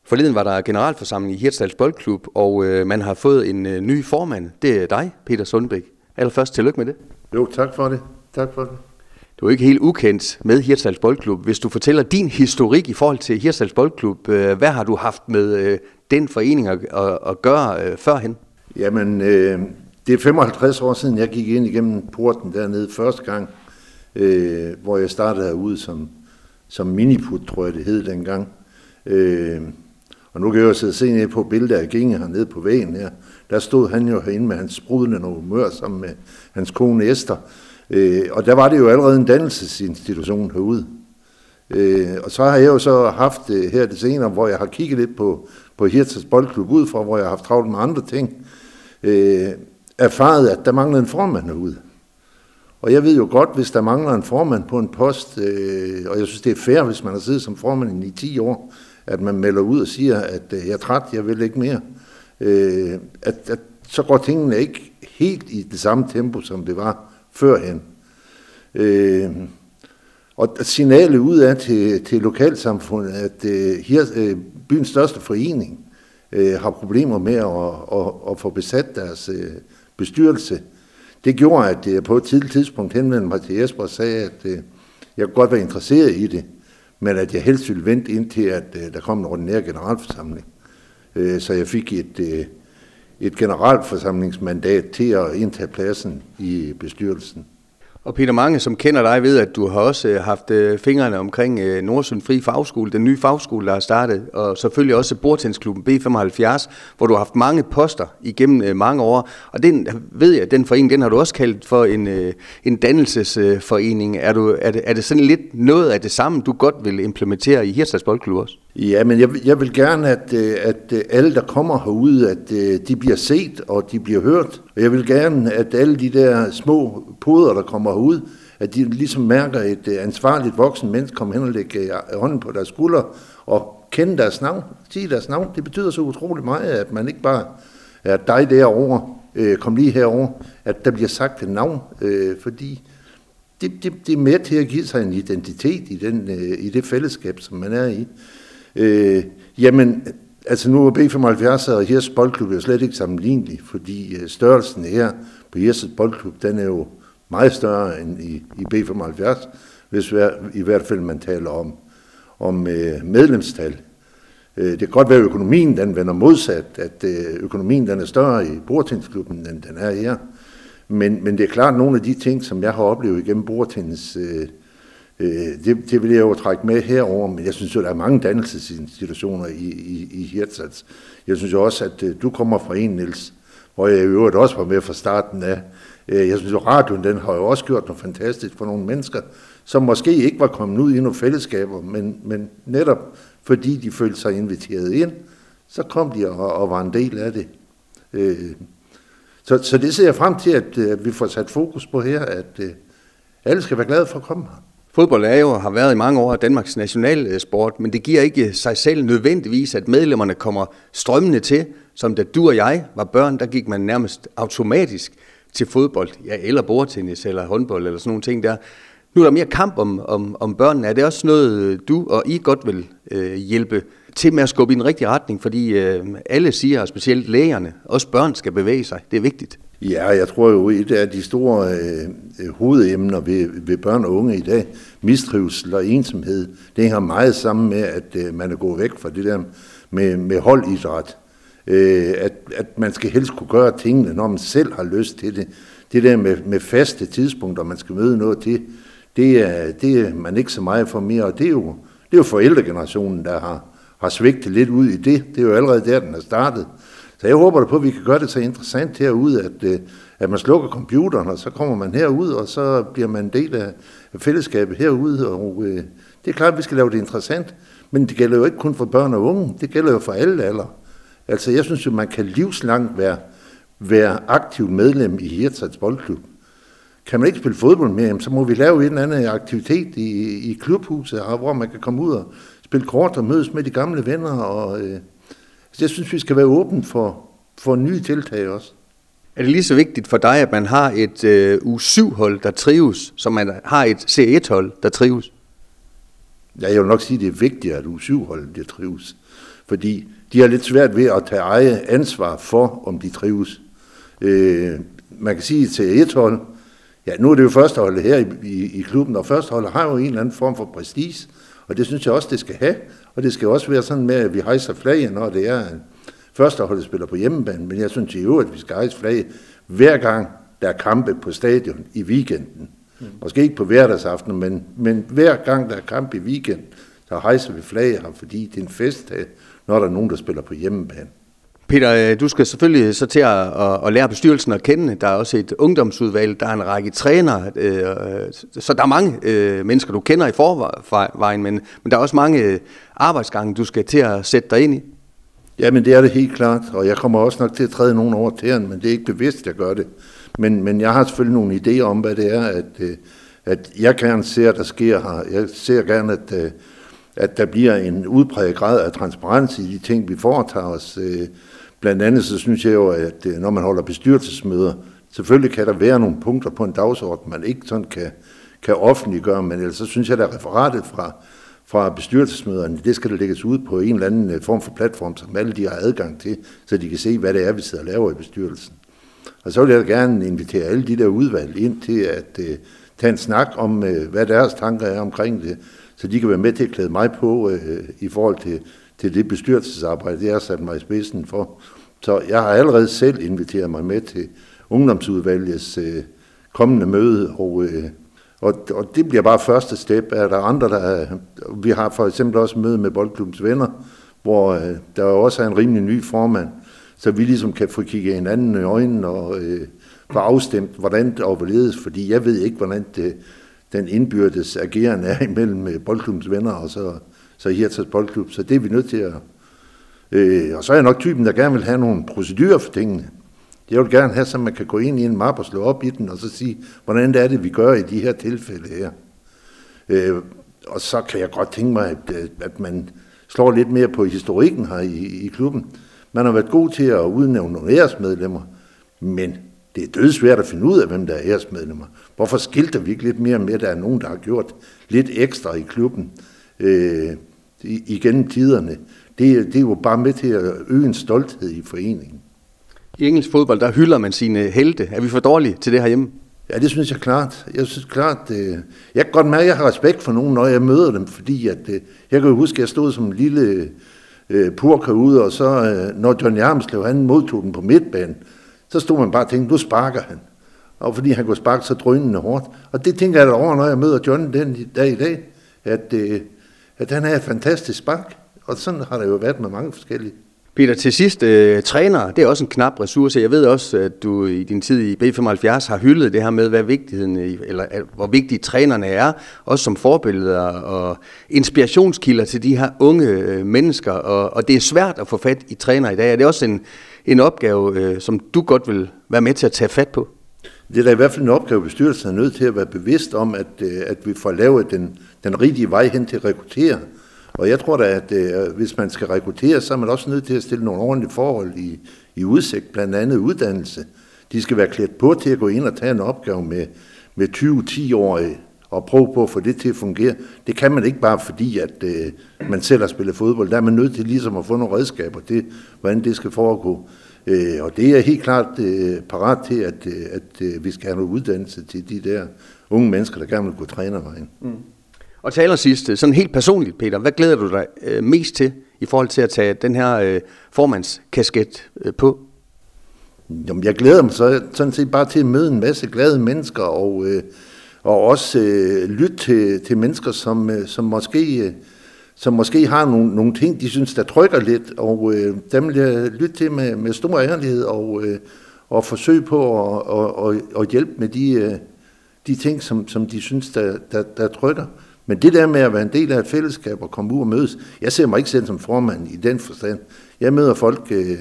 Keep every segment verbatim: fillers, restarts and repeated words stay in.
Forleden var der generalforsamling i Hirtshals Boldklub, og øh, man har fået en øh, ny formand. Det er dig, Peter Sundbæk. Allerførst tillykke med det. Jo, tak for det. Tak for det. Du er ikke helt ukendt med Hirtshals Boldklub. Hvis du fortæller din historik i forhold til Hirtshals Boldklub, øh, hvad har du haft med øh, den forening at, at, at gøre øh, førhen? Jamen, øh, det er femoghalvtreds år siden, jeg gik ind igennem porten dernede første gang, øh, hvor jeg startede herude som, som miniput, tror jeg det hed dengang. Øh, og nu kan jeg jo sidde og se ned på billeder af Ginge hernede på væggen her. Der stod han jo herinde med hans sprudlende humør sammen med hans kone Esther. Øh, og der var det jo allerede en dannelsesinstitution herude. Øh, og så har jeg jo så haft det her det senere, hvor jeg har kigget lidt på, på Hirtshals Boldklub ud fra, hvor jeg har haft travlt med andre ting. Øh, erfaret, at der mangler en formand herude. Og jeg ved jo godt, hvis der mangler en formand på en post, øh, og jeg synes, det er fair, hvis man har siddet som formand i ti år, at man melder ud og siger, at øh, jeg er træt, jeg vil ikke mere. Øh, at, at så går tingene ikke helt i det samme tempo, som det var førhen. Øh, og signalet ud af til, til lokalsamfundet, at øh, her, øh, byens største forening øh, har problemer med at, at, at få besat deres øh, bestyrelse. Det gjorde, at jeg på et tidligt tidspunkt henvendte mig til Jesper og sagde, at øh, jeg kunne godt være interesseret i det, men at jeg helst ville vente indtil, at øh, der kom en ordinær generalforsamling. Øh, så jeg fik et, øh, et generalforsamlingsmandat til at indtage pladsen i bestyrelsen. Og Peter, mange som kender dig ved, at du har også haft fingrene omkring Nordsund Fri Fagskole, den nye fagskole, der er startet, og selvfølgelig også bordtennisklubben B femoghalvfjerds, hvor du har haft mange poster igennem mange år. Og den ved jeg, den forening, den har du også kaldt for en, en dannelsesforening. Er, du, er, det, er det sådan lidt noget af det samme, du godt vil implementere i Hirtshals Boldklub også? Ja, men jeg, jeg vil gerne, at, at alle, der kommer herude, at de bliver set og de bliver hørt. Og jeg vil gerne, at alle de der små poder, der kommer herud, at de ligesom mærker et ansvarligt voksen menneske komme hen og lægge hånden på deres skulder og kende deres navn, sige deres navn. Det betyder så utroligt meget, at man ikke bare er dig derovre, øh, kom lige herover, at der bliver sagt et navn, øh, fordi det, det, det er med til at give sig en identitet i, den, øh, i det fællesskab, som man er i. Øh, jamen, altså nu er B femoghalvfjerds og Hirtshals Boldklub jo slet ikke sammenlignelig, fordi størrelsen her på Hirtshals Boldklub, den er jo meget større end i, i B femoghalvfjerds, hvis i hvert fald man taler om, om øh, medlemstal. Øh, det kan godt være, at økonomien den vender modsat, at øh, økonomien den er større i bordtennisklubben, end den er her. Men, men det er klart, at nogle af de ting, som jeg har oplevet igennem bordtennis, øh, øh, det, det vil jeg jo trække med herover, men jeg synes jo, der er mange dannelsesinstitutioner i, i, i Hirtshals. Jeg synes jo også, at øh, du kommer fra en, Niels, hvor jeg i øvrigt også var med fra starten af. Jeg synes jo, radioen den har jo også gjort noget fantastisk for nogle mennesker, som måske ikke var kommet ud i nogle fællesskaber, men, men netop fordi de følte sig inviteret ind, så kom de og, og var en del af det. Så, så det ser jeg frem til, at, at vi får sat fokus på her, at alle skal være glade for at komme her. Fodbold er jo har været i mange år Danmarks nationalsport, men det giver ikke sig selv nødvendigvis, at medlemmerne kommer strømmende til. Som da du og jeg var børn, der gik man nærmest automatisk til fodbold, ja, eller bordtennis, eller håndbold, eller sådan nogle ting der. Nu er der mere kamp om, om, om børnene. Er det også noget, du og I godt vil øh, hjælpe til med at skubbe i en rigtig retning? Fordi øh, alle siger, og specielt lægerne, også børn skal bevæge sig. Det er vigtigt. Ja, jeg tror jo, et af de store øh, hovedemner ved, ved børn og unge i dag, mistrivsel og ensomhed, det hænger meget sammen med, at øh, man er gået væk fra det der med, med holdidræt. Øh, at, at man skal helst kunne gøre tingene, når man selv har lyst til det. Det der med, med faste tidspunkter, man skal møde noget til, det er, det er man ikke så meget for mere, og det er jo, det er jo forældregenerationen, der har, har svigtet lidt ud i det. Det er jo allerede der, den er startet. Så jeg håber på, at vi kan gøre det så interessant herude, at, at man slukker computeren, og så kommer man herud, og så bliver man en del af fællesskabet herude, og øh, det er klart, at vi skal lave det interessant, men det gælder jo ikke kun for børn og unge, det gælder jo for alle aldre. Altså, jeg synes jo, man kan livslangt være, være aktiv medlem i Hirtshals Boldklub. Kan man ikke spille fodbold mere, så må vi lave en eller anden aktivitet i, i klubhuset, hvor man kan komme ud og spille kort og mødes med de gamle venner. Og, øh, jeg synes, vi skal være åbne for, for nye tiltag også. Er det lige så vigtigt for dig, at man har et øh, U syv hold, der trives, som man har et C et hold, der trives? Ja, jeg vil nok sige, at det er vigtigere, at U syv holdet der trives. fordi de har lidt svært ved at tage eget ansvar for, om de trives. Øh, man kan sige til et hold, ja, nu er det jo førsteholdet her i, i, i klubben, og førsteholdet har jo en eller anden form for prestige, og det synes jeg også, det skal have, og det skal også være sådan med, at vi hejser flaget, når det er førsteholdet spiller på hjemmebane, men jeg synes i øvrigt, at vi skal hejse flaget hver gang, der er kampe på stadion i weekenden. Mm. Måske ikke på hverdagsaften, men, men hver gang, der er kamp i weekenden, så hejser vi flaget her, fordi det er en fest, når der er nogen, der spiller på hjemmebane. Peter, du skal selvfølgelig så til at, at lære bestyrelsen at kende. Der er også et ungdomsudvalg, der er en række trænere, så der er mange mennesker, du kender i forvejen, men, men der er også mange arbejdsgange, du skal til at sætte dig ind i. Ja, men det er det helt klart, og jeg kommer også nok til at træde nogen over tæerne, men det er ikke bevidst, at jeg gør det. Men, men jeg har selvfølgelig nogle idéer om, hvad det er, at, at jeg gerne ser, der sker her. Jeg ser gerne, at, at der bliver en udpræget grad af transparens i de ting, vi foretager os. Blandt andet så synes jeg jo, at når man holder bestyrelsesmøder, selvfølgelig kan der være nogle punkter på en dagsorden, man ikke sådan kan, kan offentliggøre, men ellers så synes jeg, at referatet fra, fra bestyrelsesmøderne, det skal der lægges ud på en eller anden form for platform, som alle de har adgang til, så de kan se, hvad det er, vi sidder og laver i bestyrelsen. Og så vil jeg gerne invitere alle de der udvalg ind til at uh, tage en snak om, uh, hvad deres tanker er omkring det, så de kan være med til at klæde mig på uh, i forhold til, til det bestyrelsesarbejde, det jeg har sat mig i spidsen for. Så jeg har allerede selv inviteret mig med til ungdomsudvalgets uh, kommende møde, og, uh, og, og det bliver bare første step. Er der andre, der er, vi har for eksempel også møde med Boldklubbens venner, hvor uh, der også er en rimelig ny formand, så vi ligesom kan få kigget hinanden i øjnene og øh, få afstemt, hvordan det overledes, fordi jeg ved ikke, hvordan det, den indbyrdes agerende er imellem Boldklubbens venner og så, så Hirtshals Boldklub, så det er vi nødt til at... Øh, og så er jeg nok typen, der gerne vil have nogle procedurer for tingene. Jeg vil gerne have, så man kan gå ind i en map og slå op i den, og så sige, hvordan det er det, vi gør i de her tilfælde her. Øh, og så kan jeg godt tænke mig, at, at man slår lidt mere på historikken her i, i klubben. Man har været god til at udnævne nogle æresmedlemmer, men det er dødsvært at finde ud af, hvem der er æresmedlemmer. Hvorfor skilter vi ikke lidt mere med, at der er nogen, der har gjort lidt ekstra i klubben øh, igennem tiderne? Det, det er jo bare med til at øge en stolthed i foreningen. I engelsk fodbold, der hylder man sine helte. Er vi for dårlige til det herhjemme? Ja, det synes jeg klart. Jeg synes klart, øh, jeg kan godt mærke, at jeg har respekt for nogen, når jeg møder dem, fordi at, øh, jeg kan jo huske, at jeg stod som en lille... Purker ud, og så når John Hjermslev, han modtog den på midtbanen, så stod man bare og tænkte, nu sparker han. Og fordi han kunne sparke så drønende hårdt. Og det tænker jeg da over, når jeg møder John den dag i dag, at, at han er et fantastisk spark. Og sådan har der jo været med mange forskellige. Peter, til sidst, øh, træner, det er også en knap ressource. Jeg ved også, at du i din tid i B femoghalvfjerds har hyldet det her med, hvad vigtigheden, eller hvor vigtige trænerne er, også som forbilleder og inspirationskilder til de her unge øh, mennesker. Og, og det er svært at få fat i træner i dag. Er det også en, en opgave, øh, som du godt vil være med til at tage fat på? Det er da i hvert fald en opgave, bestyrelsen er nødt til at være bevidst om, at, at vi får lavet den, den rigtige vej hen til at rekruttere. Og jeg tror da, at øh, hvis man skal rekruttere, så er man også nødt til at stille nogle ordentlige forhold i, i udsigt, blandt andet uddannelse. De skal være klædt på til at gå ind og tage en opgave med, med tyve til ti-årige og prøve på at få det til at fungere. Det kan man ikke bare fordi, at øh, man selv har spillet fodbold. Der er man nødt til ligesom at få nogle redskaber til, hvordan det skal foregå. Øh, og det er helt klart øh, parat til, at, øh, at øh, vi skal have noget uddannelse til de der unge mennesker, der gerne vil gå trænervejen. Mm. Og til allersidst, sådan helt personligt, Peter, hvad glæder du dig øh, mest til i forhold til at tage den her øh, formandskasket øh, på? Jamen, jeg glæder mig så, sådan set bare til at møde en masse glade mennesker, og, øh, og også øh, lytte til, til mennesker, som, øh, som, måske, øh, som måske har nogle, nogle ting, de synes, der trykker lidt, og øh, dem vil jeg lytte til med, med stor ærlighed, og, øh, og forsøge på at og, og, og hjælpe med de, øh, de ting, som, som de synes, der, der, der trykker. Men det der med at være en del af et fællesskab og komme ud og mødes, jeg ser mig ikke selv som formand i den forstand. Jeg møder folk, øh,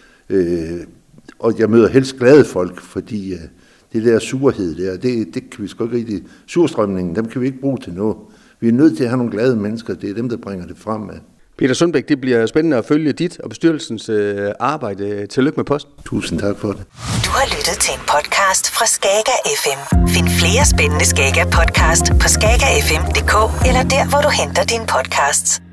øh, og jeg møder helst glade folk, fordi øh, det der surhed der, det, det kan vi sgu ikke rigtig. Surstrømningen, dem kan vi ikke bruge til noget. Vi er nødt til at have nogle glade mennesker, det er dem, der bringer det frem med. Peter Sundbæk, det bliver spændende at følge dit og bestyrelsens øh, arbejde. Tillykke med posten. Tusind tak for det. Du har lyttet til en podcast fra Skager F M. Find flere spændende Skager podcast på skager f m punktum d k eller der, hvor du henter dine podcasts.